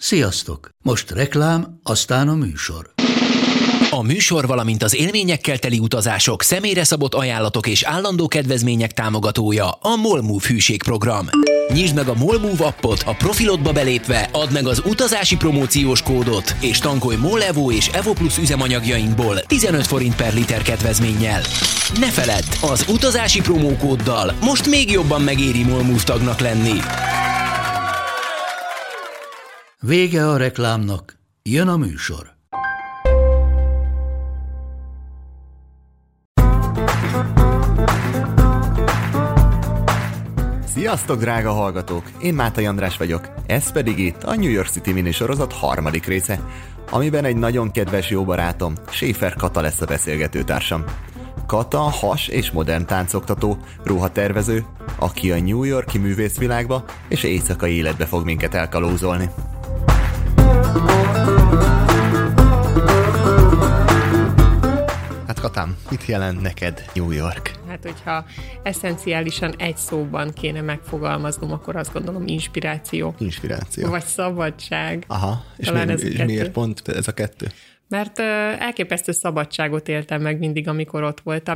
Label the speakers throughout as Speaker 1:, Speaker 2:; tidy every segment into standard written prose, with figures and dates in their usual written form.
Speaker 1: Sziasztok! Most reklám, aztán a műsor.
Speaker 2: A műsor, valamint az élményekkel teli utazások, személyre szabott ajánlatok és állandó kedvezmények támogatója a MOL Move hűségprogram. Nyisd meg a MOL Move appot, a profilodba belépve, add meg az utazási promóciós kódot, és tankolj MOL Evo és Evo Plus üzemanyagjainkból 15 forint per liter kedvezménnyel. Ne feledd, az utazási promókóddal most még jobban megéri MOL Move tagnak lenni.
Speaker 1: Vége a reklámnak, jön a műsor.
Speaker 3: Sziasztok, drága hallgatók! Én Mátai András vagyok, ez pedig itt a New York City minisorozat harmadik része, amiben egy nagyon kedves jó barátom, Schäfer Kata lesz a beszélgetőtársam. Kata has- és modern táncoktató, ruhatervező, aki a New York-i művészvilágba és éjszakai életbe fog minket elkalózolni. Hát Katám, mit jelent neked New York?
Speaker 4: Hát, hogyha eszenciálisan egy szóban kéne megfogalmaznom, akkor azt gondolom inspiráció.
Speaker 3: Inspiráció.
Speaker 4: Vagy szabadság.
Speaker 3: Aha, és miért pont ez a kettő?
Speaker 4: Mert elképesztő szabadságot éltem meg mindig, amikor ott voltam.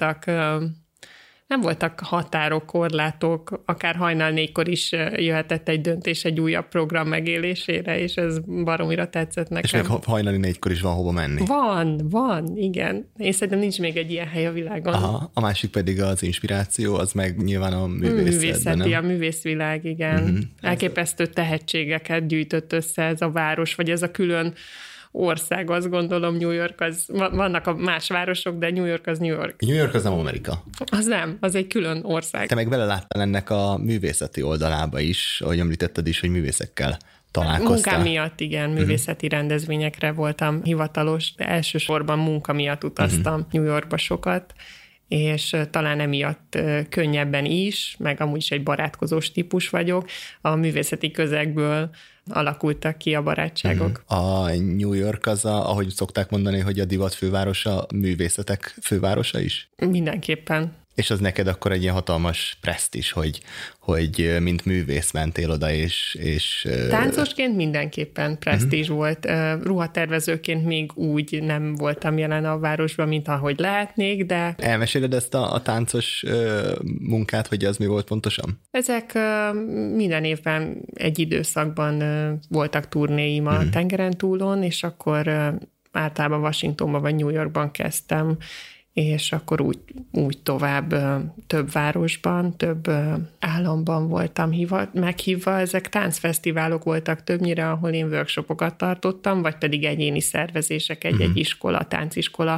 Speaker 4: Nem voltak határok, korlátok, akár hajnal 4-kor is jöhetett egy döntés egy újabb program megélésére, és ez baromira tetszett nekem.
Speaker 3: És még hajnali 4-kor is van hova menni.
Speaker 4: Van, igen. Én szerintem nincs még egy ilyen hely a világon.
Speaker 3: Aha, a másik pedig az inspiráció, az meg nyilván a művészeti,
Speaker 4: a művészvilág, igen. Uh-huh. Elképesztő tehetségeket gyűjtött össze ez a város, vagy ez a külön ország, azt gondolom. New York az, vannak a más városok, de New York az New York.
Speaker 3: New York az nem Amerika.
Speaker 4: Az nem, az egy külön ország.
Speaker 3: Te meg beleláttál ennek a művészeti oldalába is, ahogy említetted is, hogy művészekkel találkoztál.
Speaker 4: Munkám miatt, igen, művészeti rendezvényekre voltam hivatalos, de elsősorban munka miatt utaztam New Yorkba sokat, és talán emiatt könnyebben is, meg amúgy is egy barátkozós típus vagyok, a művészeti közegből alakultak ki a barátságok.
Speaker 3: A New York az, ahogy szokták mondani, hogy a divat fővárosa, művészetek fővárosa is?
Speaker 4: Mindenképpen.
Speaker 3: És az neked akkor egy ilyen hatalmas presztízs, hogy mint művész mentél oda, és
Speaker 4: táncosként mindenképpen presztízs volt. Ruhatervezőként még úgy nem voltam jelen a városban, mint ahogy lehetnék, de...
Speaker 3: Elmeséled ezt a táncos munkát, hogy az mi volt pontosan?
Speaker 4: Ezek minden évben egy időszakban voltak turnéim a tengeren túlon, és akkor általában Washingtonban vagy New Yorkban kezdtem, és akkor úgy tovább több városban, több államban voltam meghívva. Ezek táncfesztiválok voltak többnyire, ahol én workshopokat tartottam, vagy pedig egyéni szervezések egy iskola, tánciskola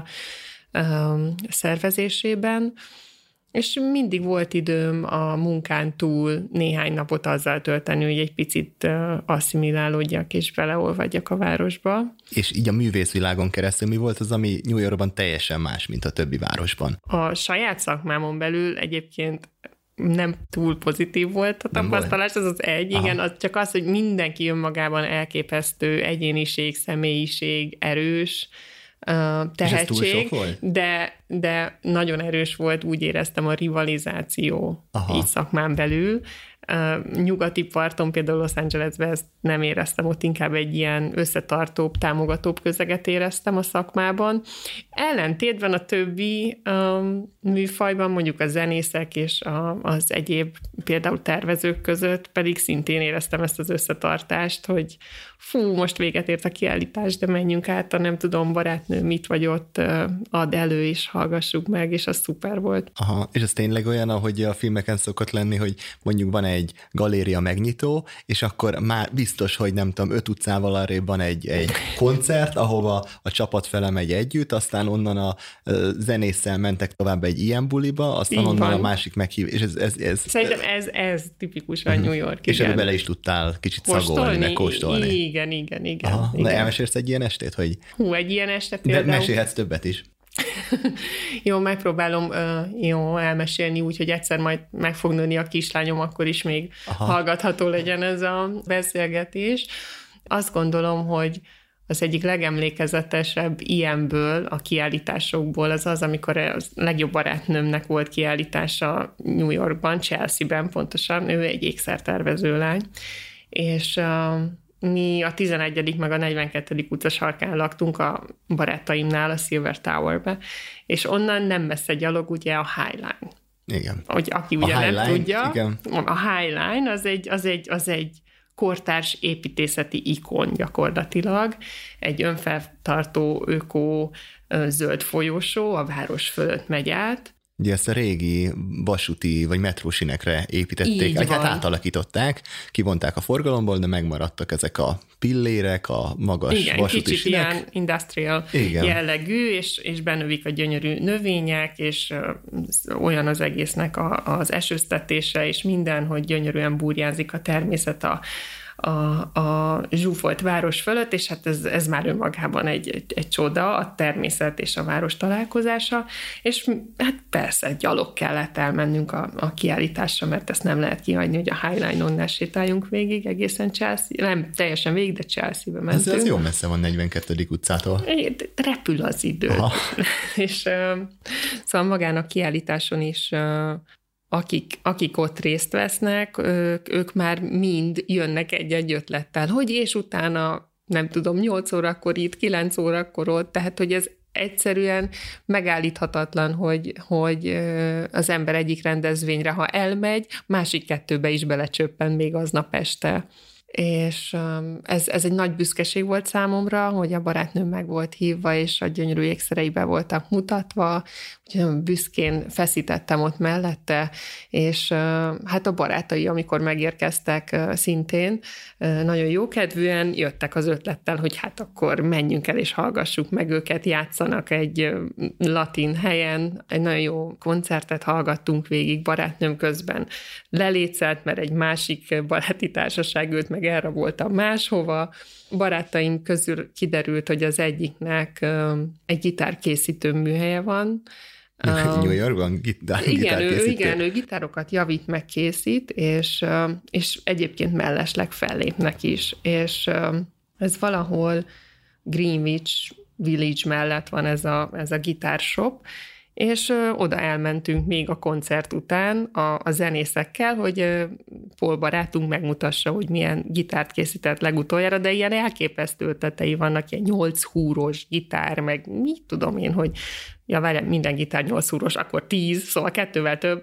Speaker 4: szervezésében. És mindig volt időm a munkán túl néhány napot azzal tölteni, hogy egy picit asszimilálódjak és beleolvadjak a városba.
Speaker 3: És így a művészvilágon keresztül mi volt az, ami New Yorkban teljesen más, mint a többi városban?
Speaker 4: A saját szakmámon belül egyébként nem túl pozitív volt a tapasztalás, az egy, igen, az csak az, hogy mindenki önmagában elképesztő egyéniség, személyiség, erős, tehetség, de nagyon erős volt, úgy éreztem, a rivalizáció így szakmán belül. Nyugati parton, például Los Angelesben ezt nem éreztem, ott inkább egy ilyen összetartóbb, támogatóbb közeget éreztem a szakmában. Ellentétben a többi műfajban, mondjuk a zenészek és az egyéb például tervezők között pedig szintén éreztem ezt az összetartást, hogy most véget ért a kiállítás, de menjünk át, nem tudom, barátnő mit vagy ott, add elő és hallgassuk meg, és az szuper volt.
Speaker 3: Aha, és ez tényleg olyan, ahogy a filmeken szokott lenni, hogy mondjuk van egy galéria megnyitó, és akkor már biztos, hogy nem tudom, 5 utcával arrébb van egy koncert, ahova a csapat felemegy együtt, aztán onnan a zenésszel mentek tovább egy ilyen buliba, aztán
Speaker 4: így
Speaker 3: onnan
Speaker 4: van.
Speaker 3: A másik meghív, és ez
Speaker 4: szerintem ez tipikusan New York.
Speaker 3: És ebbe bele is tudtál kicsit szagolni, meg kóstolni.
Speaker 4: Igen.
Speaker 3: Aha, na elmesélsz egy ilyen estét, hogy...
Speaker 4: egy ilyen este például...
Speaker 3: De mesélhetsz többet is.
Speaker 4: Jó, megpróbálom elmesélni úgy, hogy egyszer majd meg fog nőni a kislányom, akkor is még hallgatható legyen ez a beszélgetés. Azt gondolom, hogy az egyik legemlékezetesebb ilyenből, a kiállításokból az, amikor a legjobb barátnőmnek volt kiállítása New Yorkban, Chelsea-ben pontosan, ő egy ékszertervező lány, és mi a 11. meg a 42. utca sarkán laktunk a barátaimnál, a Silver Towerbe, és onnan nem messze gyalog ugye a High Line.
Speaker 3: Igen.
Speaker 4: Hogy aki ugye
Speaker 3: nem
Speaker 4: Line, tudja,
Speaker 3: igen.
Speaker 4: A High Line az egy kortárs építészeti ikon gyakorlatilag, egy önfeltartó öko zöld folyosó, a város fölött megy át.
Speaker 3: Ugye ezt a régi vasúti vagy metrósinekre építették, hát átalakították, kivonták a forgalomból, de megmaradtak ezek a pillérek, a magas
Speaker 4: igen,
Speaker 3: vasúti
Speaker 4: kicsit
Speaker 3: sinek.
Speaker 4: ilyen industrial
Speaker 3: igen.
Speaker 4: jellegű, és benövik a gyönyörű növények, és olyan az egésznek az esőztetése, és minden, hogy gyönyörűen burjánzik a természet a zsúfolt város fölött, és hát ez már önmagában egy csoda, a természet és a város találkozása, és hát persze gyalog kellett elmennünk a kiállításra, mert ezt nem lehet kihagyni, hogy a High Line-on ne sétáljunk végig egészen Chelsea, nem teljesen végig, de Chelsea-be mentünk.
Speaker 3: Ez jó messze van 42. utcától.
Speaker 4: Repül az idő. És szóval magán a kiállításon is akik ott részt vesznek, ők már mind jönnek egy-egy ötlettel, hogy és utána, nem tudom, 8 órakor itt, 9 órakor ott, tehát hogy ez egyszerűen megállíthatatlan, hogy az ember egyik rendezvényre, ha elmegy, másik 2-be is belecsöppen még aznap este. És ez egy nagy büszkeség volt számomra, hogy a barátnőm meg volt hívva, és a gyönyörű ékszereibe voltak mutatva, úgyhogy büszkén feszítettem ott mellette, és hát a barátai, amikor megérkeztek szintén, nagyon jókedvűen jöttek az ötlettel, hogy hát akkor menjünk el, és hallgassuk meg őket, játszanak egy latin helyen, egy nagyon jó koncertet hallgattunk végig, barátnőm közben lelécelt, mert egy másik baráti társaság őt meg elraboltam máshova. Barátaim közül kiderült, hogy az egyiknek egy gitárkészítő műhelye van.
Speaker 3: New Yorkban gitárkészítő?
Speaker 4: Igen, ő gitárokat javít, meg készít, és egyébként mellesleg fellépnek is. És ez valahol Greenwich Village mellett van ez a gitárshop, és oda elmentünk még a koncert után a zenészekkel, hogy Paul barátunk megmutassa, hogy milyen gitárt készített legutoljára, de ilyen elképesztő ötletei vannak, ilyen 8 húros gitár, meg mit tudom én, hogy minden gitár 8 húros, akkor 10, szóval 2-vel több.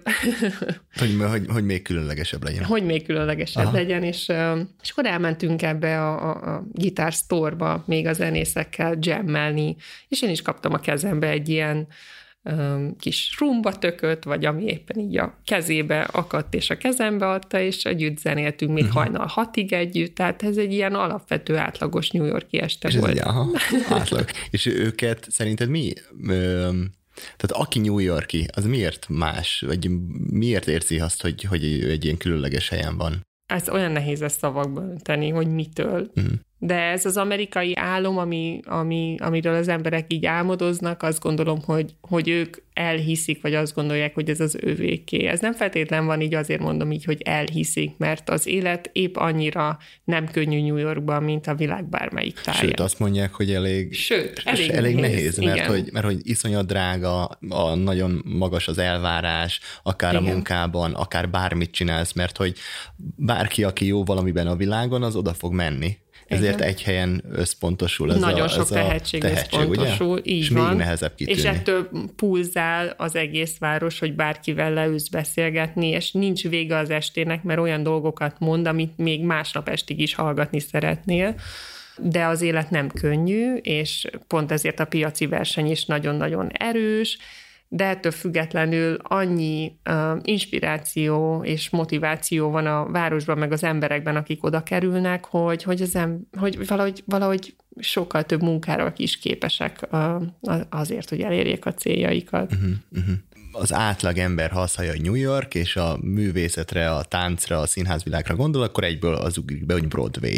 Speaker 3: Hogy még különlegesebb legyen.
Speaker 4: Hogy még különlegesebb legyen, és akkor elmentünk ebbe a gitár store-ba még a zenészekkel jammelni, és én is kaptam a kezembe egy ilyen kis rumbatököt, vagy ami éppen így a kezébe akadt, és a kezembe adta, és együtt zenéltünk még hajnal 6-ig együtt, tehát ez egy ilyen alapvető átlagos New York-i este
Speaker 3: és
Speaker 4: volt.
Speaker 3: Átlag. És őket szerinted mi? Tehát aki New York-i, az miért más? Vagy miért érzi azt, hogy ő egy ilyen különleges helyen van?
Speaker 4: Ez olyan nehéz ezt szavakba önteni, hogy mitől. De ez az amerikai álom, amiről az emberek így álmodoznak, azt gondolom, hogy ők elhiszik, vagy azt gondolják, hogy ez az övéké. Ez nem feltétlen van, így azért mondom így, hogy elhiszik, mert az élet épp annyira nem könnyű New Yorkban, mint a világ bármelyik táján.
Speaker 3: Sőt, azt mondják, hogy elég nehéz, mert hogy iszonyat drága, nagyon magas az elvárás, akár igen. A munkában, akár bármit csinálsz, mert hogy bárki, aki jó valamiben a világon, az oda fog menni. Ezért egy helyen összpontosul ez
Speaker 4: nagyon sok tehetség összpontosul, így
Speaker 3: és
Speaker 4: van.
Speaker 3: még nehezebb kitűnni.
Speaker 4: És ettől pulzál az egész város, hogy bárkivel leülsz beszélgetni, és nincs vége az estének, mert olyan dolgokat mond, amit még másnap estig is hallgatni szeretnél. De az élet nem könnyű, és pont ezért a piaci verseny is nagyon-nagyon erős, de ettől függetlenül annyi inspiráció és motiváció van a városban, meg az emberekben, akik oda kerülnek, hogy valahogy sokkal több munkára is képesek azért, hogy elérjék a céljaikat.
Speaker 3: Az átlag ember, ha azt hallja, hogy New York, és a művészetre, a táncra, a színházvilágra gondol, akkor egyből az ugrik be, hogy Broadway.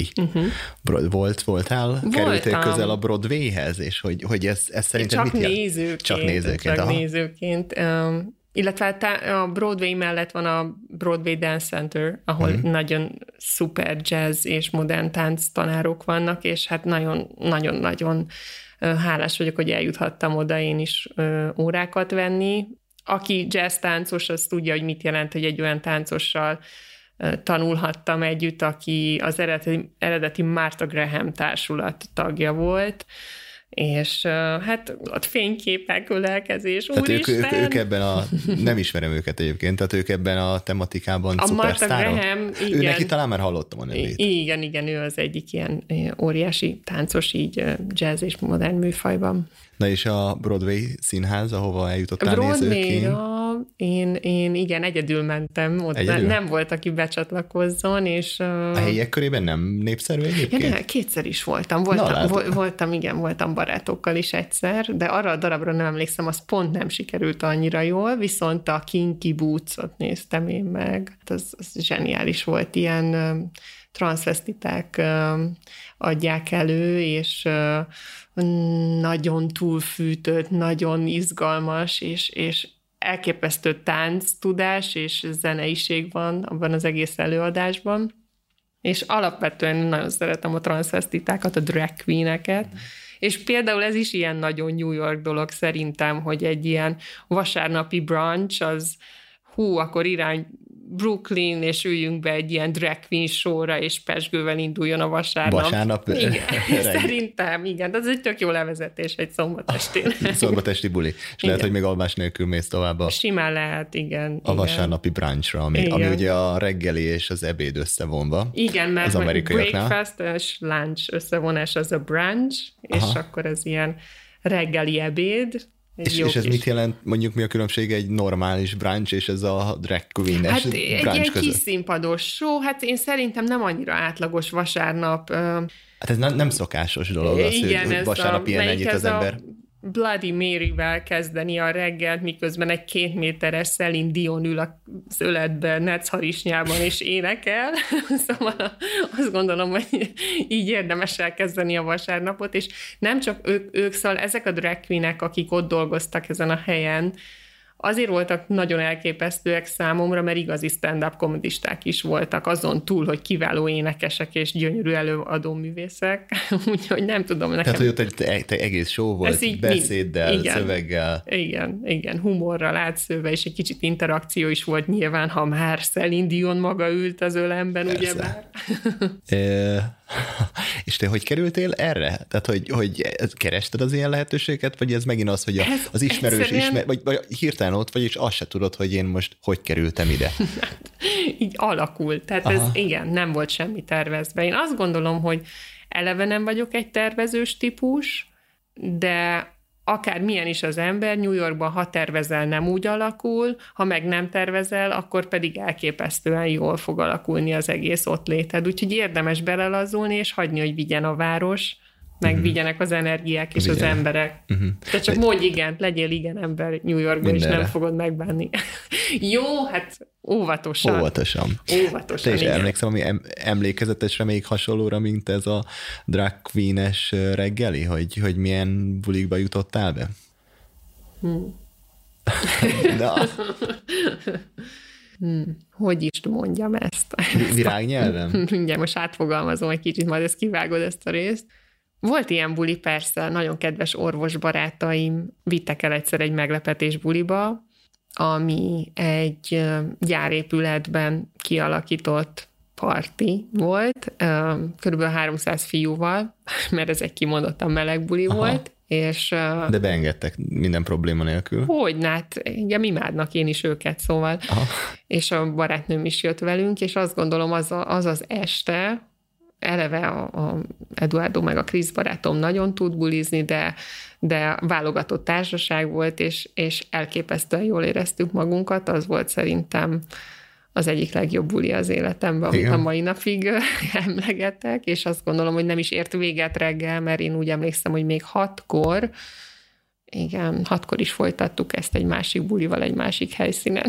Speaker 3: Voltál? Kerültél közel a Broadwayhez, és hogy ez szerinted mit jelent? Csak
Speaker 4: nézőként. Illetve a Broadway mellett van a Broadway Dance Center, ahol nagyon szuper jazz és modern tánc tanárok vannak, és hát nagyon-nagyon hálás vagyok, hogy eljuthattam oda én is órákat venni. Aki jazz táncos, az tudja, hogy mit jelent, hogy egy olyan táncossal tanulhattam együtt, aki az eredeti Martha Graham társulat tagja volt, és hát ott fényképek, ölelkezés, úristen!
Speaker 3: Ők ebben nem ismerem őket egyébként, tehát ők ebben a tematikában szupersztárok.
Speaker 4: Martha Graham, igen.
Speaker 3: Neki talán már hallottam a nevét.
Speaker 4: Igen, ő az egyik ilyen óriási táncos, így jazz és modern műfajban.
Speaker 3: Na és a Broadway színház, ahova eljutottál nézőként?
Speaker 4: Én igen, egyedül mentem, ott nem volt, aki becsatlakozzon, és...
Speaker 3: A helyiek körében nem népszerű egyébként?
Speaker 4: Ja, kétszer is voltam. Voltam barátokkal is egyszer, de arra a darabra nem emlékszem, az pont nem sikerült annyira jól, viszont a Kinky Boots-ot néztem én meg. Az zseniális volt, ilyen transvestiták adják elő, és nagyon túlfűtött, nagyon izgalmas, és elképesztő tánctudás és zeneiség van abban az egész előadásban, és alapvetően nagyon szeretem a transvestitákat, a drag queeneket, és például ez is ilyen nagyon New York dolog szerintem, hogy egy ilyen vasárnapi brunch, az akkor irány Brooklyn, és üljünk be egy ilyen drag queen showra, és pezsgővel induljon a vasárnap. Igen, szerintem, igen. De ez egy tök jó levezetés egy szombatestén.
Speaker 3: Szombatesti buli. És igen. Lehet, hogy még alvás nélkül mész tovább
Speaker 4: simán lehet, igen.
Speaker 3: A vasárnapi brunchra, ami ugye a reggeli és az ebéd összevonva.
Speaker 4: Igen, mert az breakfast és lunch összevonás az a brunch, és akkor ez ilyen reggeli ebéd.
Speaker 3: És ez mit jelent, mondjuk mi a különbség egy normális brunch és ez a drag queen-es brunch
Speaker 4: egy ilyen kis színpados show, hát én szerintem nem annyira átlagos vasárnap.
Speaker 3: Hát ez nem szokásos dolog az, igen, hogy vasárnap ilyen ennyit az ember.
Speaker 4: Bloody Mary-vel kezdeni a reggelt, miközben egy 2 méteres Celine Dion ül az öletbe, necharisnyában és énekel. Szóval azt gondolom, hogy így érdemes elkezdeni a vasárnapot, és nem csak ők szóval ezek a drag queenek, akik ott dolgoztak ezen a helyen, azért voltak nagyon elképesztőek számomra, mert igazi stand-up komedisták is voltak, azon túl, hogy kiváló énekesek és gyönyörű előadó művészek. Úgyhogy nem tudom nekem.
Speaker 3: Tehát, hogy ott egy egész show volt, beszéddel, igen, szöveggel.
Speaker 4: Igen, humorral átszőve, és egy kicsit interakció is volt nyilván, ha már Celine Dion maga ült az ölemben, ugyebár.
Speaker 3: És te hogy kerültél erre? Tehát, hogy kerested az ilyen lehetőséget, vagy ez megint az, hogy az ismerős vagy hirtelen ott vagy, és azt se tudod, hogy én most hogy kerültem ide?
Speaker 4: Így alakult. Tehát ez igen, nem volt semmi tervezve. Én azt gondolom, hogy eleve nem vagyok egy tervezős típus, de akár milyen is az ember, New Yorkban, ha tervezel, nem úgy alakul, ha meg nem tervezel, akkor pedig elképesztően jól fog alakulni az egész ott léted. Úgyhogy érdemes belelazulni, és hagyni, hogy vigyen a város, meg vigyenek az energiák és az emberek. Te csak mondj igent, legyél igen ember New Yorkban, és nem fogod megbánni. Jó, hát óvatosan.
Speaker 3: Te is emlékszem, ami emlékezetesre még hasonlóra, mint ez a drag queen-es reggeli, hogy milyen bulikba jutottál be?
Speaker 4: Hogy is mondjam ezt?
Speaker 3: Virágnyelven?
Speaker 4: Mindjárt most átfogalmazom egy kicsit, majd ezt kivágod ezt a részt. Volt ilyen buli, persze, nagyon kedves orvosbarátaim vittek el egyszer egy meglepetés buliba, ami egy gyárépületben kialakított parti volt, körülbelül 300 fiúval, mert ez egy kimondottan meleg buli volt. És,
Speaker 3: de beengedtek minden probléma nélkül.
Speaker 4: Hogyne, hát igen, imádnak én is őket, szóval. És a barátnőm is jött velünk, és azt gondolom, az este, eleve a Eduardo meg a Krisz barátom nagyon tud bulizni, de válogatott társaság volt, és elképesztően jól éreztük magunkat, az volt szerintem az egyik legjobb buli az életemben, amit a mai napig emlegetek, és azt gondolom, hogy nem is ért véget reggel, mert én úgy emlékszem, hogy még 6-kor is folytattuk ezt egy másik bulival, egy másik helyszínen.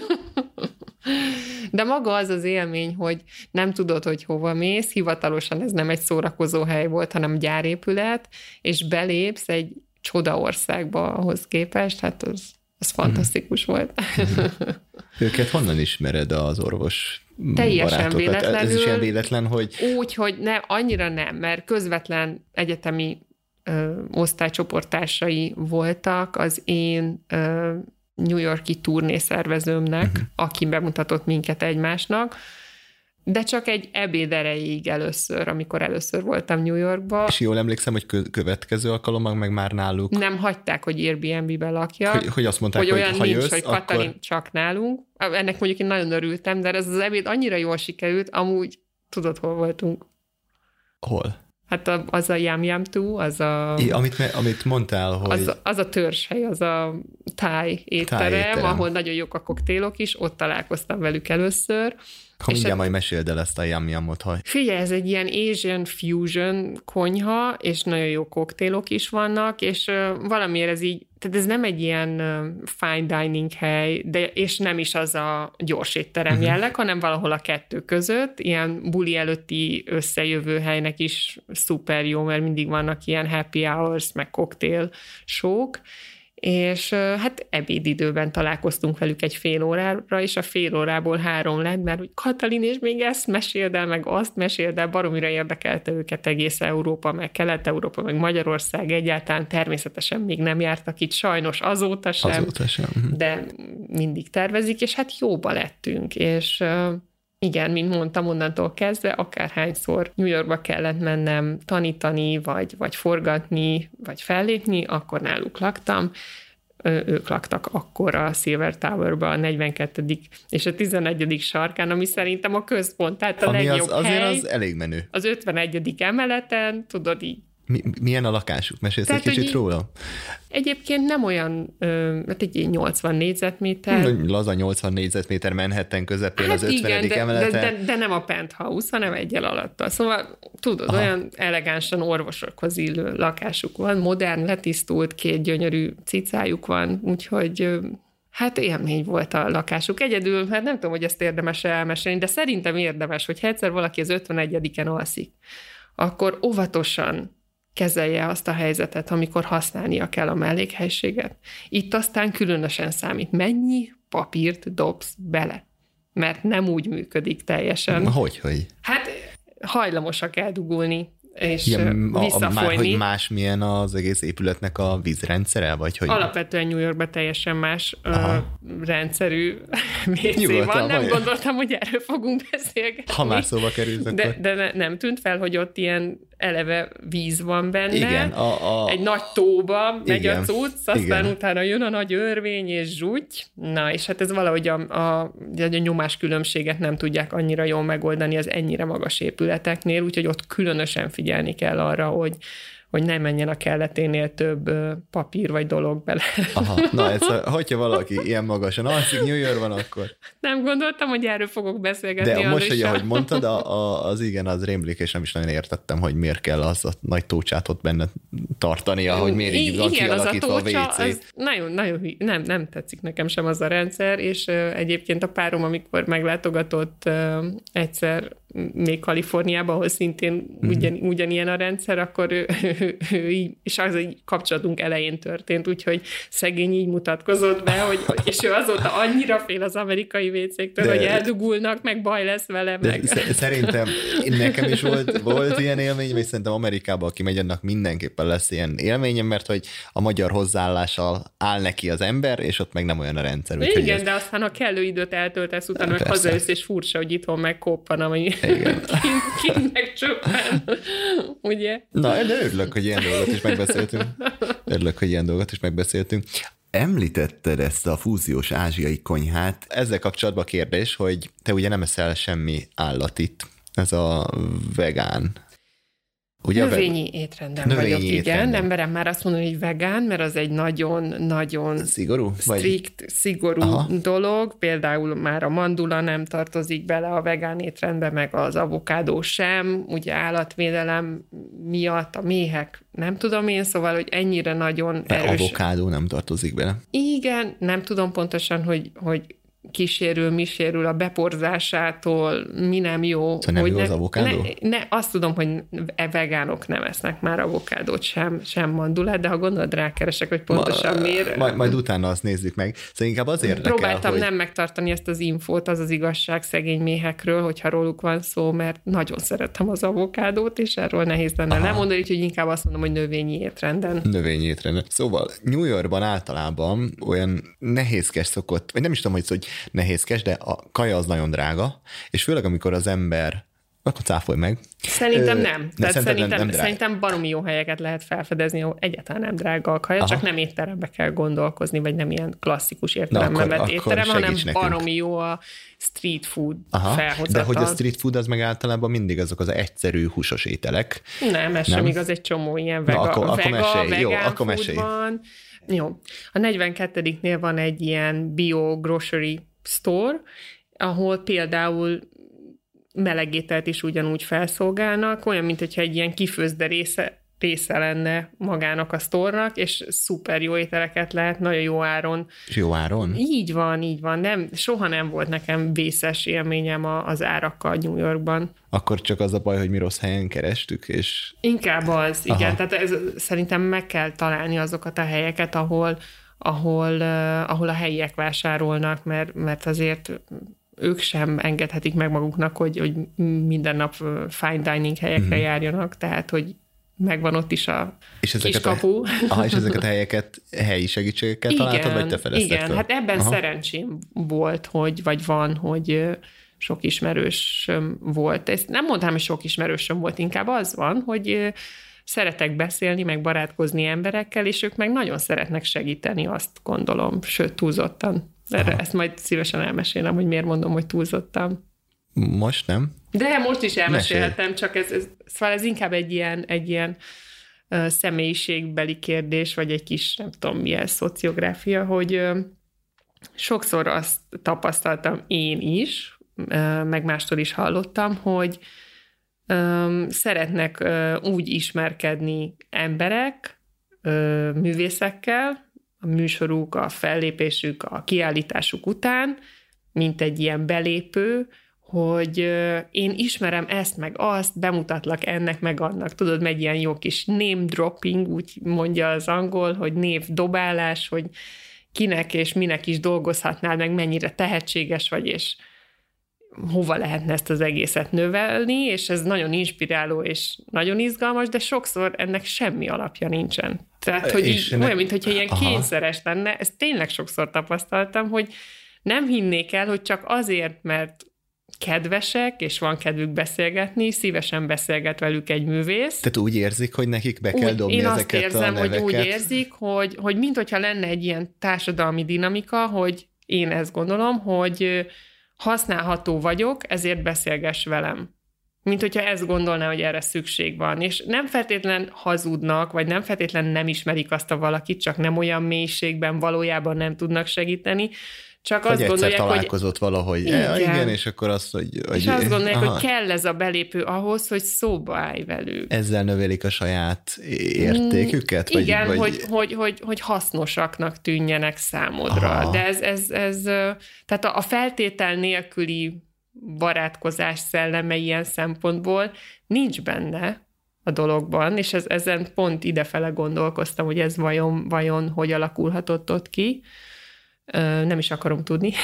Speaker 4: De maga az az élmény, hogy nem tudod, hogy hova mész, hivatalosan ez nem egy szórakozó hely volt, hanem gyárépület, és belépsz egy csodaországba ahhoz képest, hát az fantasztikus volt.
Speaker 3: Őket honnan ismered, az orvos
Speaker 4: teljesen
Speaker 3: barátokat?
Speaker 4: Véletlenül. Ez
Speaker 3: is ilyen véletlen, hogy...
Speaker 4: Úgy, hogy annyira nem, mert közvetlen egyetemi osztálycsoporttársai voltak az én New York-i turnészervezőmnek, aki bemutatott minket egymásnak, De csak egy ebéd erejéig először, amikor először voltam New Yorkba.
Speaker 3: És jól emlékszem, hogy következő alkalommal meg már náluk.
Speaker 4: Nem hagyták, hogy Airbnb-be lakjak.
Speaker 3: Hogy azt mondták,
Speaker 4: hogy olyan
Speaker 3: ha
Speaker 4: nincs,
Speaker 3: jössz,
Speaker 4: hogy Katalin
Speaker 3: akkor...
Speaker 4: csak nálunk. Ennek mondjuk én nagyon örültem, de ez az ebéd annyira jól sikerült, amúgy tudod, hol voltunk?
Speaker 3: Hol?
Speaker 4: Hát az a Yum Yum Too, az a...
Speaker 3: Amit mondtál, hogy...
Speaker 4: Az a törzshely, az a Thai étterem, ahol nagyon jók a koktélok is, ott találkoztam velük először.
Speaker 3: Mindjárt majd meséld el ezt a Yum Yumot, hogy...
Speaker 4: Figyelj, ez egy ilyen Asian fusion konyha, és nagyon jó koktélok is vannak, és valamiért ez így, tehát ez nem egy ilyen fine dining hely, és nem is az a gyors étterem jelleg, hanem valahol a kettő között, ilyen buli előtti összejövő helynek is szuper jó, mert mindig vannak ilyen happy hours, meg koktél sók, és hát ebédidőben találkoztunk velük egy fél órára, és a fél órából 3 lett, mert hogy Katalin, és még ezt meséld el, meg azt meséld el, baromira érdekelte őket egész Európa, meg Kelet-Európa, meg Magyarország egyáltalán, természetesen még nem jártak itt, sajnos azóta sem. De mindig tervezik, és hát jóba lettünk, és... Igen, mint mondtam, onnantól kezdve, akárhányszor New Yorkba kellett mennem tanítani, vagy forgatni, vagy fellépni, akkor náluk laktam. Ők laktak akkor a Silver Towerba, a 42. és a 11. sarkán, ami szerintem a központ, tehát a legjobb
Speaker 3: azért
Speaker 4: hely.
Speaker 3: Az elég menő.
Speaker 4: Az 51. emeleten, tudod így.
Speaker 3: Milyen a lakásuk? Mesélsz egy kicsit róla?
Speaker 4: Egyébként nem olyan, hát egy 80 négyzetméter.
Speaker 3: Laza 80 négyzetméter Manhattan közepén, hát az 50.
Speaker 4: igen,
Speaker 3: emeleten.
Speaker 4: de nem a penthouse, hanem egyel alatta. Szóval tudod, olyan elegánsan orvosokhoz illő lakásuk van, modern, letisztult, 2 gyönyörű cicájuk van, úgyhogy... Hát élmény volt a lakásuk. Egyedül, hát nem tudom, hogy ezt érdemes elmesélni, de szerintem érdemes, hogy egyszer valaki az 51-en alszik, akkor óvatosan kezelje azt a helyzetet, amikor használnia kell a mellékhelységet. Itt aztán különösen számít, mennyi papírt dobsz bele. Mert nem úgy működik teljesen.
Speaker 3: Hogy?
Speaker 4: Hát hajlamosak eldugulni, és visszafolyni.
Speaker 3: Hogy más milyen az egész épületnek a vízrendszere? Vagy hogy...
Speaker 4: Alapvetően New Yorkban teljesen más rendszerű WC van. Nem gondoltam, hogy erről fogunk beszélgetni.
Speaker 3: Ha már szóba került, akkor...
Speaker 4: De nem tűnt fel, hogy ott ilyen eleve víz van benne.
Speaker 3: Igen.
Speaker 4: Egy nagy tóba megy a cucc, aztán
Speaker 3: igen.
Speaker 4: utána jön a nagy örvény és zsutty. Na, és hát ez valahogy a nyomás különbséget nem tudják annyira jól megoldani az ennyire magas épületeknél, úgyhogy ott különösen figyelni kell arra, hogy ne menjen a kelleténél több papír vagy dolog bele.
Speaker 3: Aha, na hogyha valaki ilyen magasan alszik New Yorkban, akkor... Nem
Speaker 4: gondoltam, hogy erről fogok beszélgetni.
Speaker 3: De most, hogy ahogy mondtad, az igen, az rémlik, és nem is nagyon értettem, hogy miért kell az a nagy tócsát ott benne tartania, hogy miért így van kialakítva a WC.
Speaker 4: Nagyon nem tetszik nekem sem az a rendszer, és egyébként a párom, amikor meglátogatott egyszer még Kaliforniában, ahol szintén ugyanilyen a rendszer, akkor ő így, és az egy kapcsolatunk elején történt, úgyhogy szegény így mutatkozott be, és ő azóta annyira fél az amerikai WC-któl, hogy eldugulnak, meg baj lesz vele. Meg.
Speaker 3: Szerintem nekem is volt ilyen élményem, és szerintem Amerikában, aki megy, annak mindenképpen lesz ilyen élményem, mert hogy a magyar hozzáállással áll neki az ember, és ott meg nem olyan a rendszer.
Speaker 4: Igen, de aztán a kellő időt eltöltesz, utána meg hazajössz, és furcsa, hogy itthon megkoppan, ami kint megcsöppen. Ugye?
Speaker 3: Na, de örülök, hogy ilyen dolgot is megbeszéltünk. Említetted ezt a fúziós ázsiai konyhát. Ezzel kapcsolatban kérdés, hogy te ugye nem eszel semmi állatit. Ez a vegán.
Speaker 4: Ugye növényi étrenden vagyok, igen. Nem merem már azt mondani, hogy vegán, mert az egy nagyon-nagyon strikt, szigorú dolog. Például már a mandula nem tartozik bele a vegán étrendbe, meg az avokádó sem, ugye állatvédelem miatt, a méhek, nem tudom én, szóval, hogy ennyire nagyon erős.
Speaker 3: Avokádó nem tartozik bele.
Speaker 4: Igen, nem tudom pontosan, hogy mi sérül a beporzásától, mi nem jó.
Speaker 3: Szóval nem jó az avokádó?
Speaker 4: Azt tudom, hogy vegánok nem esznek már avokádót, sem mandulát, de ha gondolod, rákeresek, hogy pontosan miért.
Speaker 3: Majd utána azt nézzük meg. Szóval inkább az érdekel,
Speaker 4: próbáltam nem megtartani ezt az infót, az igazság szegény méhekről, hogyha róluk van szó, mert nagyon szerettem az avokádót, és erről nehéz lenne lemondani, úgyhogy inkább azt mondom, hogy növényi étrenden. Növényi étrenden.
Speaker 3: Szóval New Yorkban általában olyan nehézkes szokott, vagy nem is tudom, hogy nehézkes, de a kaja az nagyon drága, és főleg amikor az ember, akkor cáfolj meg.
Speaker 4: Szerintem nem. Tehát
Speaker 3: nem
Speaker 4: szerintem baromi jó helyeket lehet felfedezni, ahol egyáltalán nem drága a kaja, csak nem étterembe kell gondolkozni, vagy nem ilyen klasszikus értelemben vett étterem, hanem baromi jó a street food felhozatal.
Speaker 3: De hogy a street food az meg általában mindig azok az egyszerű húsos ételek.
Speaker 4: Nem, ez sem igaz, egy csomó ilyen vegán food van. Jó. A 42-nél van egy ilyen bio grocery store, ahol például melegételt is ugyanúgy felszolgálnak, olyan, mint hogyha egy ilyen kifőzde része lenne magának a sztornak, és szuper jó ételeket lehet, nagyon jó áron.
Speaker 3: És jó áron?
Speaker 4: Így van. Soha nem volt nekem vészes élményem az árakkal New Yorkban.
Speaker 3: Akkor csak az a baj, hogy mi rossz helyen kerestük, és...
Speaker 4: Inkább az, igen. Tehát szerintem meg kell találni azokat a helyeket, ahol a helyiek vásárolnak, mert azért ők sem engedhetik meg maguknak, hogy minden nap fine dining helyekre járjanak, tehát, hogy megvan ott is a kiskapu.
Speaker 3: És ezeket a helyeket helyi segítségekkel találtad, vagy te fedezted fel?
Speaker 4: Igen, hát ebben szerencsém volt, vagy van, hogy sok ismerősöm volt. Ezt nem mondanám, hogy sok ismerősöm volt, inkább az van, hogy szeretek beszélni, meg barátkozni emberekkel, és ők meg nagyon szeretnek segíteni, azt gondolom, sőt, túlzottan. Ezt majd szívesen elmesélem, hogy miért mondom, hogy túlzottan.
Speaker 3: Most nem?
Speaker 4: De most is elmesélhetem, csak szóval ez inkább egy ilyen személyiségbeli kérdés, vagy egy kis, nem tudom, milyen szociográfia, hogy sokszor azt tapasztaltam én is, meg mástól is hallottam, hogy szeretnek úgy ismerkedni emberek, művészekkel, a műsoruk, a fellépésük, a kiállításuk után, mint egy ilyen belépő, hogy én ismerem ezt, meg azt, bemutatlak ennek, meg annak. Tudod, megy ilyen jó kis name dropping, úgy mondja az angol, hogy névdobálás, hogy kinek és minek is dolgozhatnál, meg mennyire tehetséges vagy, és hova lehetne ezt az egészet növelni, és ez nagyon inspiráló, és nagyon izgalmas, de sokszor ennek semmi alapja nincsen. Tehát, hogy így, olyan, mintha ilyen kényszeres lenne, ezt tényleg sokszor tapasztaltam, hogy nem hinnék el, hogy csak azért, mert kedvesek, és van kedvük beszélgetni, szívesen beszélget velük egy művész.
Speaker 3: Tehát úgy érzik, hogy nekik be kell dobni ezeket a neveket? Én azt érzem,
Speaker 4: hogy úgy érzik, hogy minthogyha lenne egy ilyen társadalmi dinamika, hogy én ezt gondolom, hogy használható vagyok, ezért beszélgess velem. Mint hogyha ezt gondolná, hogy erre szükség van. És nem feltétlen hazudnak, vagy nem feltétlen nem ismerik azt a valakit, csak nem olyan mélységben valójában nem tudnak segíteni, csak azt gondolják, hogy...
Speaker 3: találkozott valahogy. Igen, és akkor azt, hogy...
Speaker 4: És azt gondolják, hogy kell ez a belépő ahhoz, hogy szóba állj velük.
Speaker 3: Ezzel növelik a saját értéküket?
Speaker 4: Igen, hogy hasznosaknak tűnjenek számodra. Aha. De ez tehát a feltétel nélküli barátkozás szelleme ilyen szempontból nincs benne a dologban, és ezen pont idefele gondolkoztam, hogy ez vajon hogy alakulhatott ott ki. Nem is akarom tudni,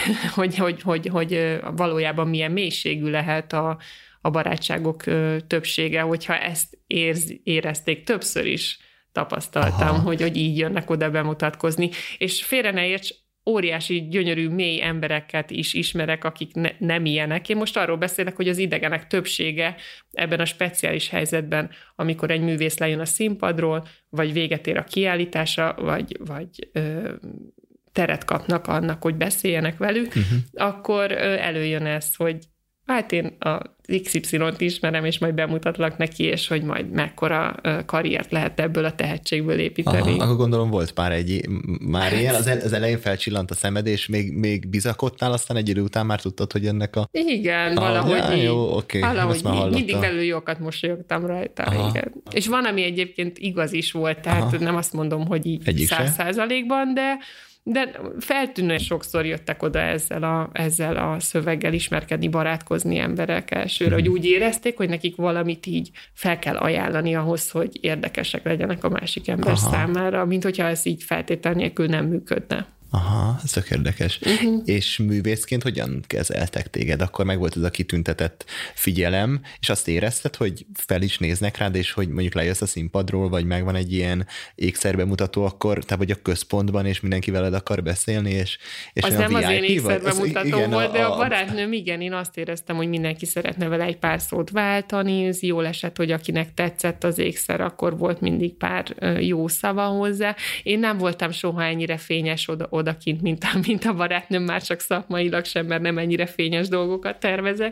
Speaker 4: hogy valójában milyen mélységű lehet a barátságok többsége, hogyha ezt érezték, többször is tapasztaltam, hogy így jönnek oda bemutatkozni. És félre ne érts, óriási, gyönyörű, mély embereket is ismerek, akik nem ilyenek. Én most arról beszélek, hogy az idegenek többsége ebben a speciális helyzetben, amikor egy művész lejön a színpadról, vagy véget ér a kiállítása, vagy teret kapnak annak, hogy beszéljenek velük, akkor előjön ez, hogy hát én a XY-t ismerem, és majd bemutatlak neki, és hogy majd mekkora karriert lehet ebből a tehetségből építeni.
Speaker 3: Akkor gondolom volt már ilyen, az elején felcsillant a szemed, és még bizakodtál, aztán egy idő után már tudtad, hogy ennek a...
Speaker 4: Igen, valahogy
Speaker 3: jó, oké.
Speaker 4: Valahogy mindig belül jókat mosolyogtam rajta. Igen. És van, ami egyébként igaz is volt, tehát nem azt mondom, hogy így 100%-ban, de feltűnően sokszor jöttek oda ezzel a szöveggel ismerkedni, barátkozni emberek elsőre, hogy úgy érezték, hogy nekik valamit így fel kell ajánlani ahhoz, hogy érdekesek legyenek a másik ember számára, mint hogyha ez így feltétel nélkül nem működne.
Speaker 3: Aha, ez tök érdekes. És művészként hogyan kezeltek téged? Akkor meg volt ez a kitüntetett figyelem, és azt érezted, hogy fel is néznek rád, és hogy mondjuk lejössz a színpadról, vagy megvan egy ilyen ékszerbemutató, akkor te vagy a központban, és mindenki veled akar beszélni, és
Speaker 4: az nem az én ékszerbemutató volt, de a barátnőm,
Speaker 3: igen,
Speaker 4: én azt éreztem, hogy mindenki szeretne vele egy pár szót váltani, ez jól esett, hogy akinek tetszett az ékszer, akkor volt mindig pár jó szava hozzá. Én nem voltam soha ennyire fényes odakint, mint a barátnőm, már csak szakmailag sem, mert nem ennyire fényes dolgokat tervezek,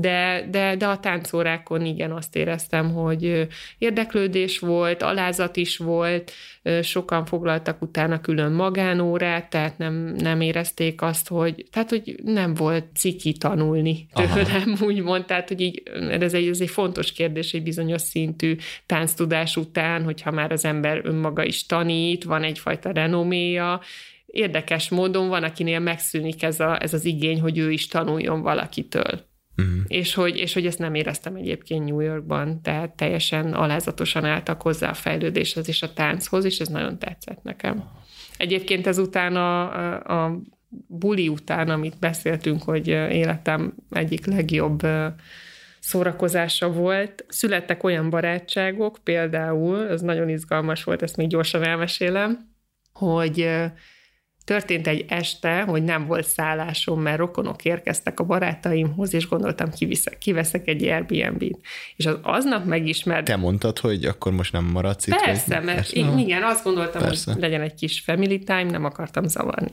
Speaker 4: de a táncórákon igen, azt éreztem, hogy érdeklődés volt, alázat is volt, sokan foglaltak utána külön magánórát, tehát nem érezték azt, hogy nem volt ciki tanulni tőlem, úgymond, tehát hogy így, ez egy fontos kérdés egy bizonyos szintű tánctudás után, hogyha már az ember önmaga is tanít, van egyfajta renoméja. Érdekes módon van, akinél megszűnik ez az igény, hogy ő is tanuljon valakitől. És hogy ezt nem éreztem egyébként New Yorkban, tehát teljesen alázatosan álltak hozzá a fejlődéshez és a tánchoz, és ez nagyon tetszett nekem. Egyébként ezután a buli után, amit beszéltünk, hogy életem egyik legjobb szórakozása volt, születtek olyan barátságok, például, ez nagyon izgalmas volt, ezt még gyorsan elmesélem, hogy történt egy este, hogy nem volt szállásom, mert rokonok érkeztek a barátaimhoz, és gondoltam, kiveszek egy Airbnb-t. És aznap megismert...
Speaker 3: Te mondtad, hogy akkor most nem maradsz itt?
Speaker 4: Persze, mert igen, azt gondoltam, hogy legyen egy kis family time, nem akartam zavarni.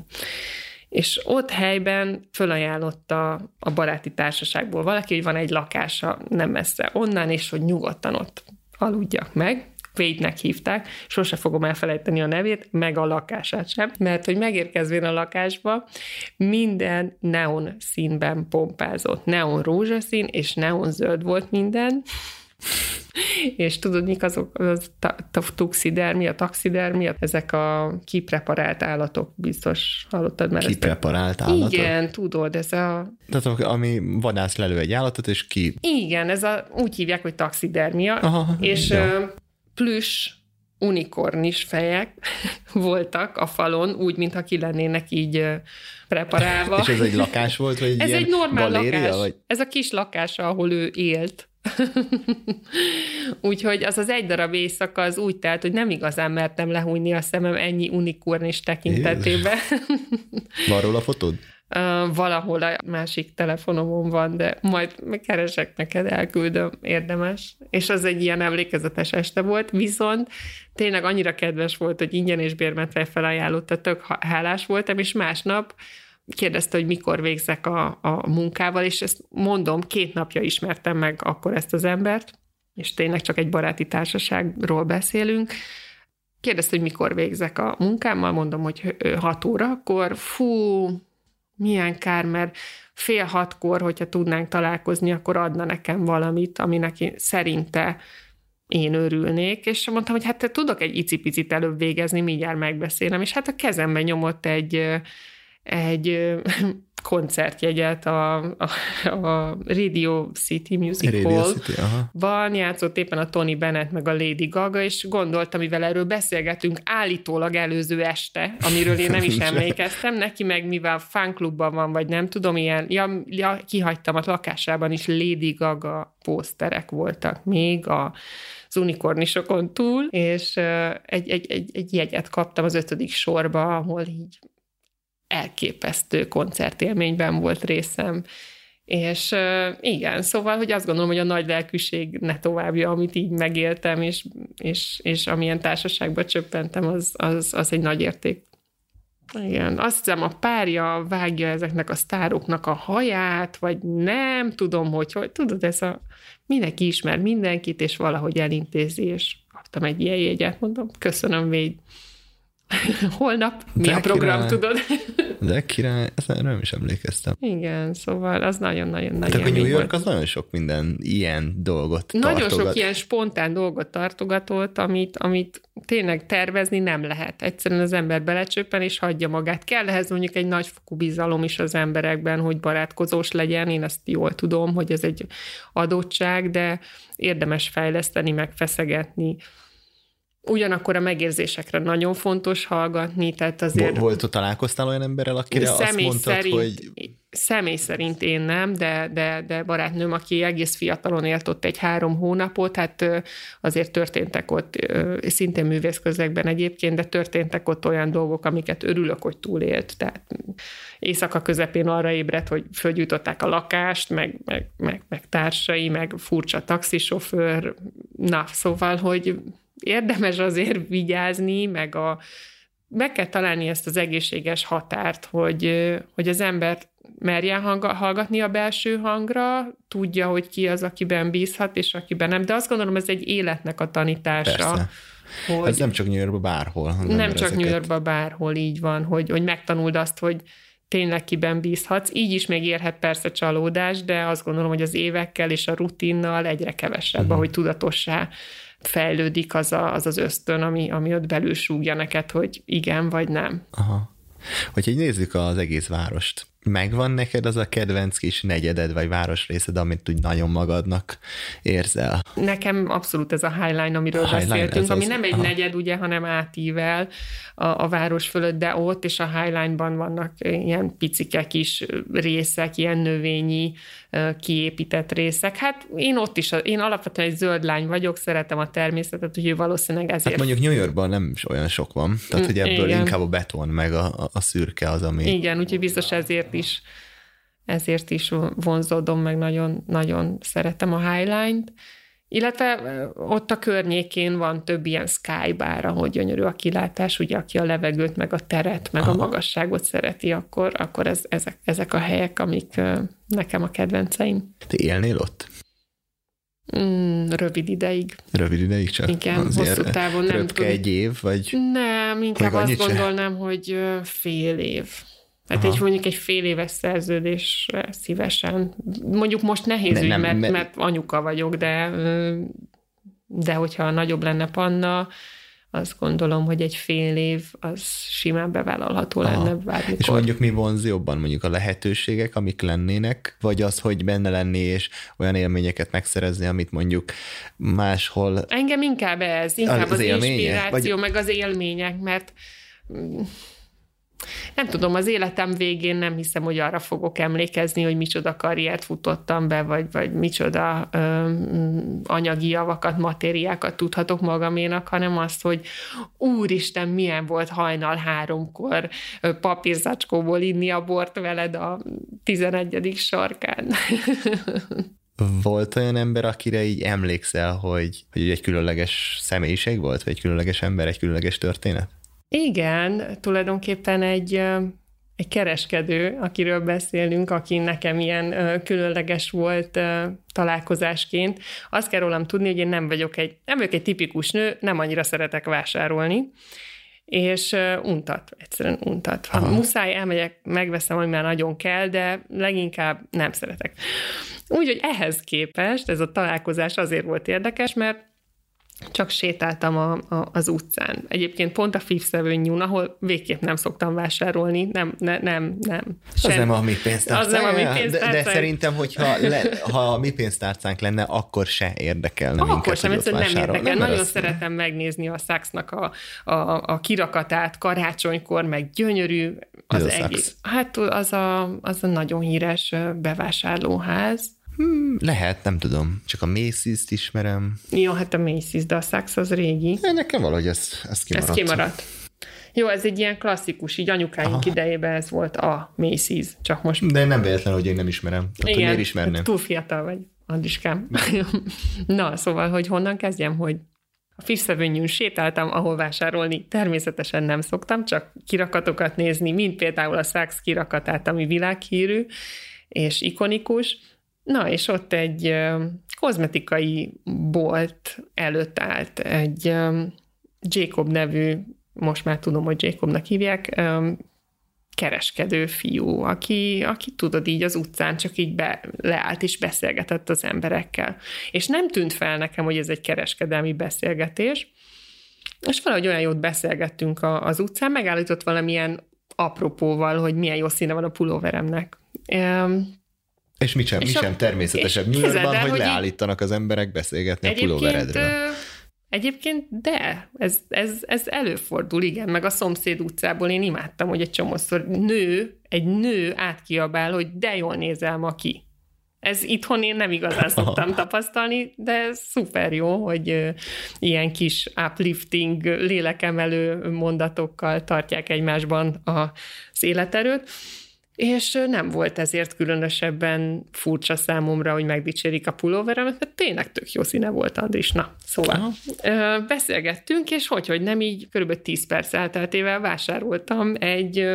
Speaker 4: És ott helyben fölajánlotta a baráti társaságból valaki, hogy van egy lakása nem messze onnan, és hogy nyugodtan ott aludjak meg. Wade-nek hívták, sose fogom elfelejteni a nevét, meg a lakását sem, mert hogy megérkezvén a lakásba minden neon színben pompázott. Neon rózsaszín és neon zöld volt minden, és tudod, mik azok a taxidermia, ezek a kipreparált állatok, biztos hallottad már.
Speaker 3: Kipreparált állatok?
Speaker 4: Igen, tudod, ez a...
Speaker 3: Tehát ami vadász lelő egy állatot, és ki...
Speaker 4: Igen, úgy hívják, hogy taxidermia, és... Ja. Plüss unikornis fejek voltak a falon, úgy, mintha ki lennének így preparálva.
Speaker 3: És ez egy lakás volt, vagy
Speaker 4: ez egy normál
Speaker 3: galéria,
Speaker 4: lakás.
Speaker 3: Vagy?
Speaker 4: Ez a kis lakása, ahol ő élt. Úgyhogy az egy darab éjszaka az úgy telt, hogy nem igazán mertem lehújni a szemem ennyi unikornis tekintetében.
Speaker 3: Van róla fotód?
Speaker 4: Valahol a másik telefonomon van, de majd keresek neked, elküldöm, érdemes. És az egy ilyen emlékezetes este volt, viszont tényleg annyira kedves volt, hogy ingyen és bérmentve felajánlotta, tök hálás voltam, és másnap kérdezte, hogy mikor végzek a munkával, és ezt mondom, 2 napja ismertem meg akkor ezt az embert, és tényleg csak egy baráti társaságról beszélünk. Kérdezte, hogy mikor végzek a munkámmal, mondom, hogy 6 órakor, milyen kár, mert 5:30, hogyha tudnánk találkozni, akkor adna nekem valamit, aminek szerinte én örülnék, és mondtam, hogy hát tudok egy icipicit előbb végezni, mindjárt megbeszélem, és hát a kezemben nyomott egy koncertjegyet a Radio City Music Hall-ban játszott éppen a Tony Bennett meg a Lady Gaga, és gondoltam, mivel erről beszélgetünk állítólag előző este, amiről én nem is emlékeztem, neki meg mivel fanklubban van, vagy nem tudom, ilyen, kihagytam a lakásában is Lady Gaga pószterek voltak még az unikornisokon túl, és egy jegyet kaptam az 5. sorba, ahol így elképesztő koncertélményben volt részem. És igen, szóval, hogy azt gondolom, hogy a nagy lelkűség ne továbbja, amit így megéltem, és amilyen társaságba csöppentem, az egy nagy érték. Igen, azt hiszem, a párja vágja ezeknek a sztároknak a haját, vagy nem tudom, hogy tudod, mindenki ismer mindenkit, és valahogy elintézi, és kaptam egy ilyen jegyet, mondom, köszönöm, Wade. Holnap mi a program, király. Tudod?
Speaker 3: De király, ezt nem is emlékeztem.
Speaker 4: Igen, szóval az nagyon-nagyon nagy
Speaker 3: élmény volt. Tehát a New York az nagyon sok minden ilyen dolgot
Speaker 4: nagyon sok ilyen spontán dolgot tartogatott, amit tényleg tervezni nem lehet. Egyszerűen az ember belecsöppen és hagyja magát. Kell ehhez mondjuk egy nagyfokú bizalom is az emberekben, hogy barátkozós legyen. Én azt jól tudom, hogy ez egy adottság, de érdemes fejleszteni, meg feszegetni. Ugyanakkor a megérzésekre nagyon fontos hallgatni, tehát azért...
Speaker 3: Találkoztál olyan emberrel, akire azt mondtad, hogy...
Speaker 4: Személy szerint én nem, de barátnőm, aki egész fiatalon élt ott egy 3 hónapot, hát azért történtek ott, szintén művészközegben egyébként, de történtek ott olyan dolgok, amiket örülök, hogy túlélt. Tehát éjszaka közepén arra ébredt, hogy fölgyújtották a lakást, meg társai, meg furcsa taxisofőr. Na, szóval, hogy érdemes azért vigyázni, meg kell találni ezt az egészséges határt, hogy az ember merjen hallgatni a belső hangra, tudja, hogy ki az, akiben bízhat, és akiben nem. De azt gondolom, ez egy életnek a tanítása.
Speaker 3: Persze. Hogy ez nem csak New Yorkban, bárhol.
Speaker 4: Nem csak New Yorkban, bárhol így van, hogy megtanuld azt, hogy tényleg kiben bízhatsz. Így is még érhet persze csalódás, de azt gondolom, hogy az évekkel és a rutinnal egyre kevesebb, ahogy tudatossá fejlődik az ösztön, ami ott belül súgja neked, hogy igen vagy nem.
Speaker 3: Aha. Hogyha így nézzük az egész várost, megvan neked az a kedvenc kis negyeded, vagy városrészed, amit úgy nagyon magadnak érzel?
Speaker 4: Nekem abszolút ez a Highline, amiről beszéltünk, ami nem egy negyed, ugye, hanem átível a város fölött, de ott, és a Highline-ban vannak ilyen picike kis részek, ilyen növényi, kiépített részek. Hát én alapvetően egy zöld lány vagyok, szeretem a természetet, úgyhogy valószínűleg ezért...
Speaker 3: Hát mondjuk New Yorkban nem is olyan sok van, tehát hogy ebből inkább a beton, meg a szürke az, ami...
Speaker 4: Igen, úgyhogy biztos ezért is vonzódom, meg nagyon, nagyon szeretem a Highline-t. Illetve ott a környékén van több ilyen skybar, ahogy gyönyörű a kilátás, ugye aki a levegőt, meg a teret, meg a magasságot szereti, akkor ezek a helyek, amik nekem a kedvenceim.
Speaker 3: Te élnél ott?
Speaker 4: Rövid ideig.
Speaker 3: Rövid ideig csak?
Speaker 4: Igen, hosszú távon nem tudom.
Speaker 3: Egy év, vagy?
Speaker 4: Nem, inkább azt gondolnám, hogy fél év. Hát mondjuk egy fél éves szerződésre szívesen. Mondjuk most nehéz ügy, mert anyuka vagyok, de hogyha nagyobb lenne Panna, azt gondolom, hogy egy fél év az simán bevállalható lenne bármikor.
Speaker 3: És mondjuk mi vonz jobban? Mondjuk a lehetőségek, amik lennének, vagy az, hogy benne lenni és olyan élményeket megszerezni, amit mondjuk máshol... Engem
Speaker 4: inkább inkább az inspiráció, meg az élmények, mert... Nem tudom, az életem végén nem hiszem, hogy arra fogok emlékezni, hogy micsoda karriert futottam be, vagy micsoda anyagi javakat, matériákat tudhatok magaménak, hanem azt, hogy úristen, milyen volt hajnal 3-kor papírzacskóból inni a bort veled a 11. sarkán.
Speaker 3: Volt olyan ember, akire így emlékszel, hogy egy különleges személyiség volt, vagy egy különleges ember, egy különleges történet?
Speaker 4: Igen, tulajdonképpen egy kereskedő, akiről beszélünk, aki nekem ilyen különleges volt találkozásként. Azt kell rólam tudni, hogy én nem vagyok egy tipikus nő, nem annyira szeretek vásárolni, és egyszerűen untat. Ha muszáj, elmegyek, megveszem, ami már nagyon kell, de leginkább nem szeretek. Úgyhogy ehhez képest ez a találkozás azért volt érdekes, mert csak sétáltam az utcán. Egyébként pont a Fifth Avenue-n, ahol végképp nem szoktam vásárolni, nem.
Speaker 3: Az nem a mi pénztárcánk. De szerintem, ha a mi pénztárcánk lenne, akkor se érdekelne minket,
Speaker 4: akkor sem, egyszerűen nem érdekel. Nagyon szeretem megnézni a Saks-nak a kirakatát karácsonykor, meg gyönyörű az egész. Hát az a nagyon híres bevásárlóház.
Speaker 3: Lehet, nem tudom. Csak a Macy's-t ismerem.
Speaker 4: Jó, hát a Macy's, de a Saks az régi.
Speaker 3: Nekem valahogy ez kimaradt.
Speaker 4: Ez kimaradt. Jó, ez egy ilyen klasszikus, így anyukáink idejében ez volt a Macy's, csak most...
Speaker 3: De nem véletlen, hogy én nem ismerem. Tehát,
Speaker 4: igen,
Speaker 3: miért ismerném?
Speaker 4: Túl fiatal vagy, Andriskám. Na, szóval, hogy honnan kezdjem, hogy a Fifth Avenue-n sétáltam, ahol vásárolni természetesen nem szoktam, csak kirakatokat nézni, mint például a Saks kirakatát, ami világhírű és ikonikus. Na, és ott egy kozmetikai bolt előtt állt egy Jacob nevű, most már tudom, hogy Jacobnak hívják, kereskedő fiú, aki tudod így az utcán csak így leállt és beszélgetett az emberekkel. És nem tűnt fel nekem, hogy ez egy kereskedelmi beszélgetés, és valahogy olyan jót beszélgettünk az utcán, megállított valamilyen apropóval, hogy milyen jó színe van a pulóveremnek.
Speaker 3: És mi sem természetesebb New Yorkban, hogy leállítanak az emberek beszélgetni a pulóveredről.
Speaker 4: Egyébként ez előfordul, igen, meg a szomszéd utcából én imádtam, hogy egy csomószor egy nő átkiabál, hogy de jól nézel ma ki. Ez itthon én nem igazán szoktam tapasztalni, de szuper jó, hogy ilyen kis uplifting, lélekemelő mondatokkal tartják egymásban az életerőt, és nem volt ezért különösebben furcsa számomra, hogy megdicsérik a pulóveremet, mert tényleg tök jó színe volt, Andris. Na, szóval beszélgettünk, és hogy nem így körülbelül 10 perc elteltével vásároltam egy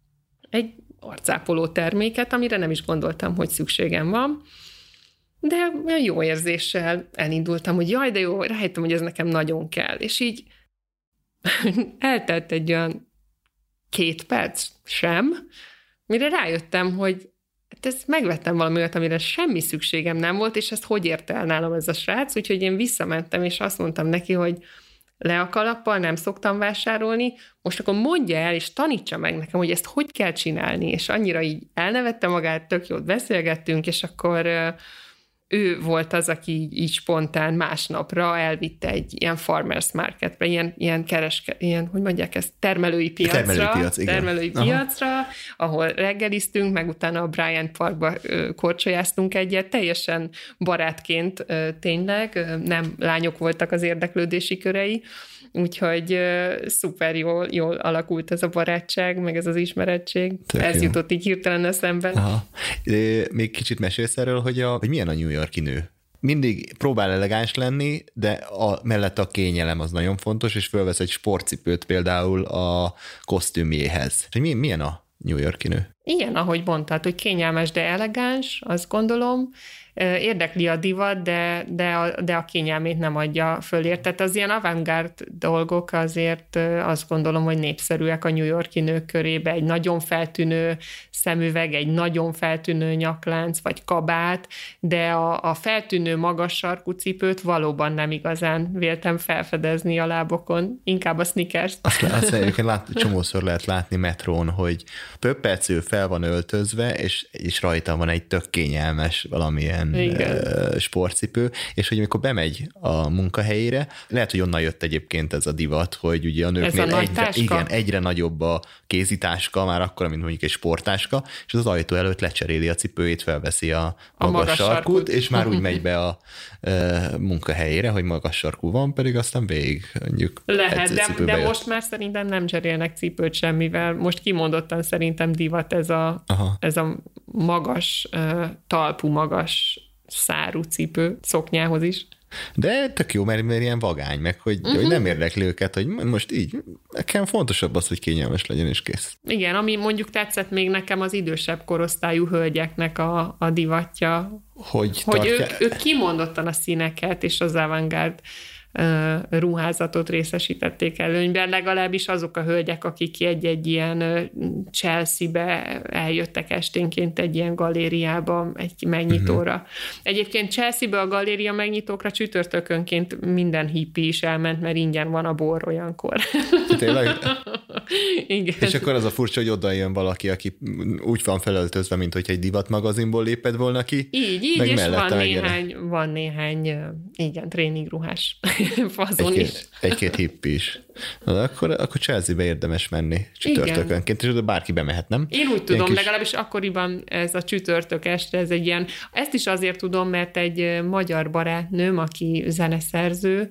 Speaker 4: arcápoló terméket, amire nem is gondoltam, hogy szükségem van, de olyan jó érzéssel elindultam, hogy jaj, de jó, rájöttem, hogy ez nekem nagyon kell. És így eltelt egy olyan 2 perc sem, mire rájöttem, hogy ezt megvettem valami olyat, amire semmi szükségem nem volt, és ezt hogy ért el nálam ez a srác, úgyhogy én visszamentem, és azt mondtam neki, hogy le a kalappal, nem szoktam vásárolni, most akkor mondja el, és tanítsa meg nekem, hogy ezt hogy kell csinálni, és annyira így elnevette magát, tök jót beszélgettünk, és akkor ő volt az, aki így spontán másnapra elvitte egy ilyen farmers marketbe, ilyen, hogy mondják ezt, termelői piacra, ahol reggeliztünk, meg utána a Bryant Parkba korcsolyáztunk egyet, teljesen barátként tényleg, nem lányok voltak az érdeklődési körei, úgyhogy szuper jól alakult ez a barátság, meg ez az ismerettség. Ez jutott így hirtelen eszembe.
Speaker 3: Aha. Még kicsit mesélsz erről, hogy milyen a New York-i nő? Mindig próbál elegáns lenni, de mellett a kényelem az nagyon fontos, és fölvesz egy sportcipőt például a kosztümjéhez. Milyen a New York-i nő?
Speaker 4: Igen, ahogy mondtad, hogy kényelmes, de elegáns, azt gondolom. Érdekli a divat, de a kényelmét nem adja fölért. Tehát az ilyen avantgárd dolgok azért azt gondolom, hogy népszerűek a New York-i nők körébe. Egy nagyon feltűnő szemüveg, egy nagyon feltűnő nyaklánc, vagy kabát, de a feltűnő magas sarkú cipőt valóban nem igazán véltem felfedezni a lábokon. Inkább a sneakers.
Speaker 3: Azt csomószor lehet látni metrón, hogy pöppecő fel van öltözve, és rajta van egy tök kényelmes valamilyen sportcipő, és hogy amikor bemegy a munkahelyére, lehet, hogy onnan jött egyébként ez a divat, hogy ugye a nőknél egyre nagyobb a kézitáska, már akkora, mint mondjuk egy sporttáska, és az ajtó előtt lecseréli a cipőjét, felveszi a magas sarkút, és már úgy megy be a munkahelyére, hogy magas sarkú van, pedig aztán végig mondjuk
Speaker 4: lehet, de most már szerintem nem cserélnek cipőt semmivel. Most kimondottan szerintem divat ez a magas talpú, magas szárú cipő, szoknyához is.
Speaker 3: De tök jó, mert ilyen vagány, meg hogy nem érdekli őket, hogy most így, nekem fontosabb az, hogy kényelmes legyen, és kész.
Speaker 4: Igen, ami mondjuk tetszett még nekem az idősebb korosztályú hölgyeknek a divatja, hogy ők kimondottan a színeket és az avantgárd ruházatot részesítették előnyben, legalábbis azok a hölgyek, akik egy ilyen Chelsea-be eljöttek esténként egy ilyen galériába, egy megnyitóra. Egyébként Chelsea-be a galéria megnyitókra csütörtökönként minden hippi is elment, mert ingyen van a bor olyankor.
Speaker 3: Tényleg?
Speaker 4: Igen.
Speaker 3: És akkor az a furcsa, hogy oda jön valaki, aki úgy van felöltözve, mint hogy egy divatmagazinból lépett volna ki.
Speaker 4: Így, és van néhány igen, tréningruhás fazon is.
Speaker 3: Egy-két hippi is. Na, akkor Chelsea-be érdemes menni csütörtökönként, és oda bárki bemehet, nem?
Speaker 4: Én úgy tudom, legalábbis akkoriban ez a csütörtök este, ez egy ilyen, ezt is azért tudom, mert egy magyar barátnőm, aki zeneszerző,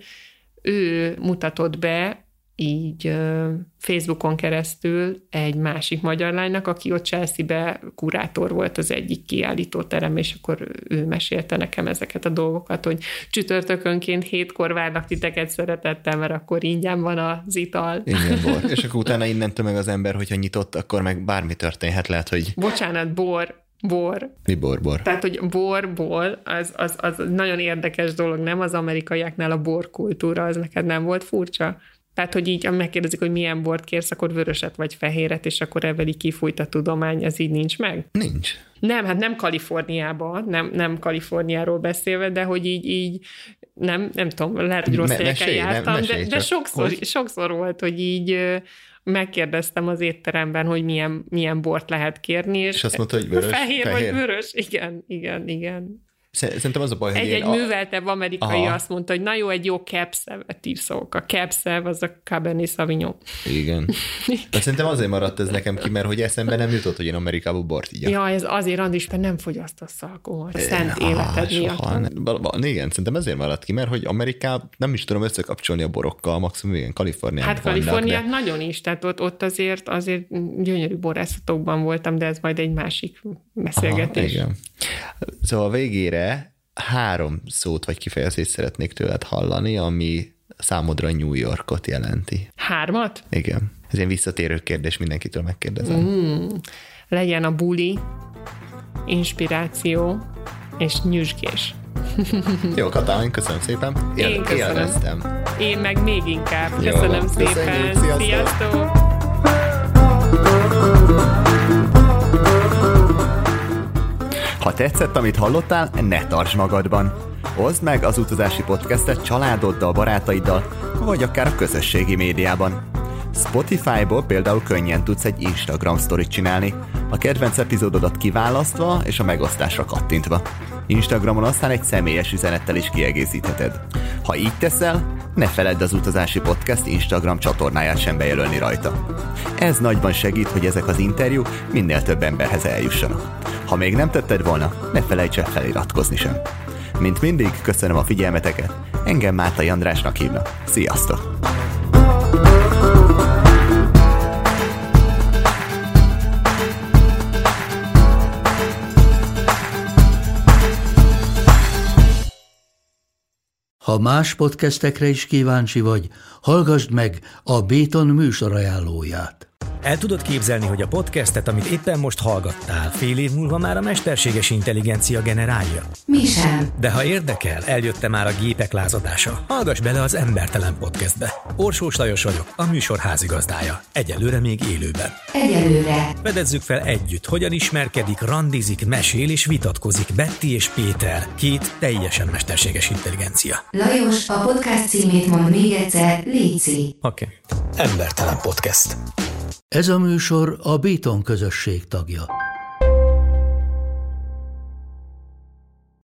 Speaker 4: ő mutatott be így Facebookon keresztül egy másik magyar lánynak, aki ott Chelsea-be kurátor volt az egyik kiállítóterem, és akkor ő mesélte nekem ezeket a dolgokat, hogy csütörtökönként 7-kor várnak titeket szeretettel, mert akkor ingyen van az ital.
Speaker 3: Ingyen bor. És akkor utána innentől meg az ember, hogyha nyitott, akkor meg bármi történhet, lehet, hogy...
Speaker 4: Bocsánat, bor.
Speaker 3: Mi bor?
Speaker 4: Tehát, hogy borból, az nagyon érdekes dolog, nem? Az amerikaiaknál a borkultúra, az neked nem volt furcsa? Tehát, hogy így megkérdezik, hogy milyen bort kérsz, akkor vöröset vagy fehéret, és akkor ebből így kifújt a tudomány, ez így nincs meg?
Speaker 3: Nincs.
Speaker 4: Nem, hát nem Kaliforniában, nem Kaliforniáról beszélve, de hogy így nem tudom, lehet, hogy rossz helyeken jártam, de sokszor volt, hogy így megkérdeztem az étteremben, hogy milyen bort lehet kérni,
Speaker 3: és azt mondta, hogy vörös,
Speaker 4: fehér vagy vörös, igen.
Speaker 3: Szerintem az a baj, hogy
Speaker 4: egy műveltebb amerikai azt mondta, hogy na jó, egy jó Cab-Sav-et írszók. A Cab-Sav az a Cabernet Sauvignon.
Speaker 3: Igen. De szerintem azért maradt ez nekem ki, mert hogy eszembe nem jutott, hogy én Amerikában bort igyak.
Speaker 4: Ja, ez azért, Andis, mert nem fogyasztasz alkoholt. Szent életed miatt.
Speaker 3: Igen, szerintem ezért maradt ki, mert hogy Amerikában nem is tudom összekapcsolni a borokkal, maximum igen, Kaliforniában.
Speaker 4: Hát Kaliforniát de... nagyon is, tehát ott azért gyönyörű borászatokban voltam, de ez majd egy másik beszélgetés.
Speaker 3: Igen. Szóval végére 3 szót vagy kifejezést szeretnék tőled hallani, ami számodra New Yorkot jelenti.
Speaker 4: 3?
Speaker 3: Igen. Ez ilyen visszatérő kérdés, mindenkitől megkérdezem.
Speaker 4: Legyen a buli, inspiráció és nyüzsgés.
Speaker 3: Jó, Katalin, köszönöm szépen.
Speaker 4: Én köszönöm.
Speaker 3: Élveztem.
Speaker 4: Én meg még inkább. Köszönöm szépen. Sziasztok!
Speaker 3: Ha tetszett, amit hallottál, ne tartsd magadban. Oszd meg az utazási podcastet családoddal, barátaiddal, vagy akár a közösségi médiában. Spotify-ból például könnyen tudsz egy Instagram sztorit csinálni, a kedvenc epizódodat kiválasztva és a megosztásra kattintva. Instagramon aztán egy személyes üzenettel is kiegészítheted. Ha így teszel, ne feledd az utazási podcast Instagram csatornáját sem bejelölni rajta. Ez nagyban segít, hogy ezek az interjúk minél több emberhez eljussanak. Ha még nem tetted volna, ne felejts el feliratkozni sem. Mint mindig, köszönöm a figyelmeteket, engem Mátai Andrásnak hívnak. Sziasztok!
Speaker 1: Ha más podcastekre is kíváncsi vagy, hallgassd meg a Béton műsor ajánlóját.
Speaker 5: El tudod képzelni, hogy a podcastet, amit éppen most hallgattál, fél év múlva már a mesterséges intelligencia generálja?
Speaker 6: Mi sem.
Speaker 5: De ha érdekel, eljött már a gépek lázadása. Hallgass bele az Embertelen Podcastbe. Orsós Lajos vagyok, a műsor házigazdája. Egyelőre még élőben.
Speaker 6: Egyelőre.
Speaker 5: Fedezzük fel együtt, hogyan ismerkedik, randizik, mesél és vitatkozik Betty és Péter, 2 teljesen mesterséges intelligencia.
Speaker 6: Lajos, a podcast címét mond még egyszer, léci.
Speaker 5: Oké. Embertelen Podcast.
Speaker 1: Ez a műsor a Béton közösség tagja.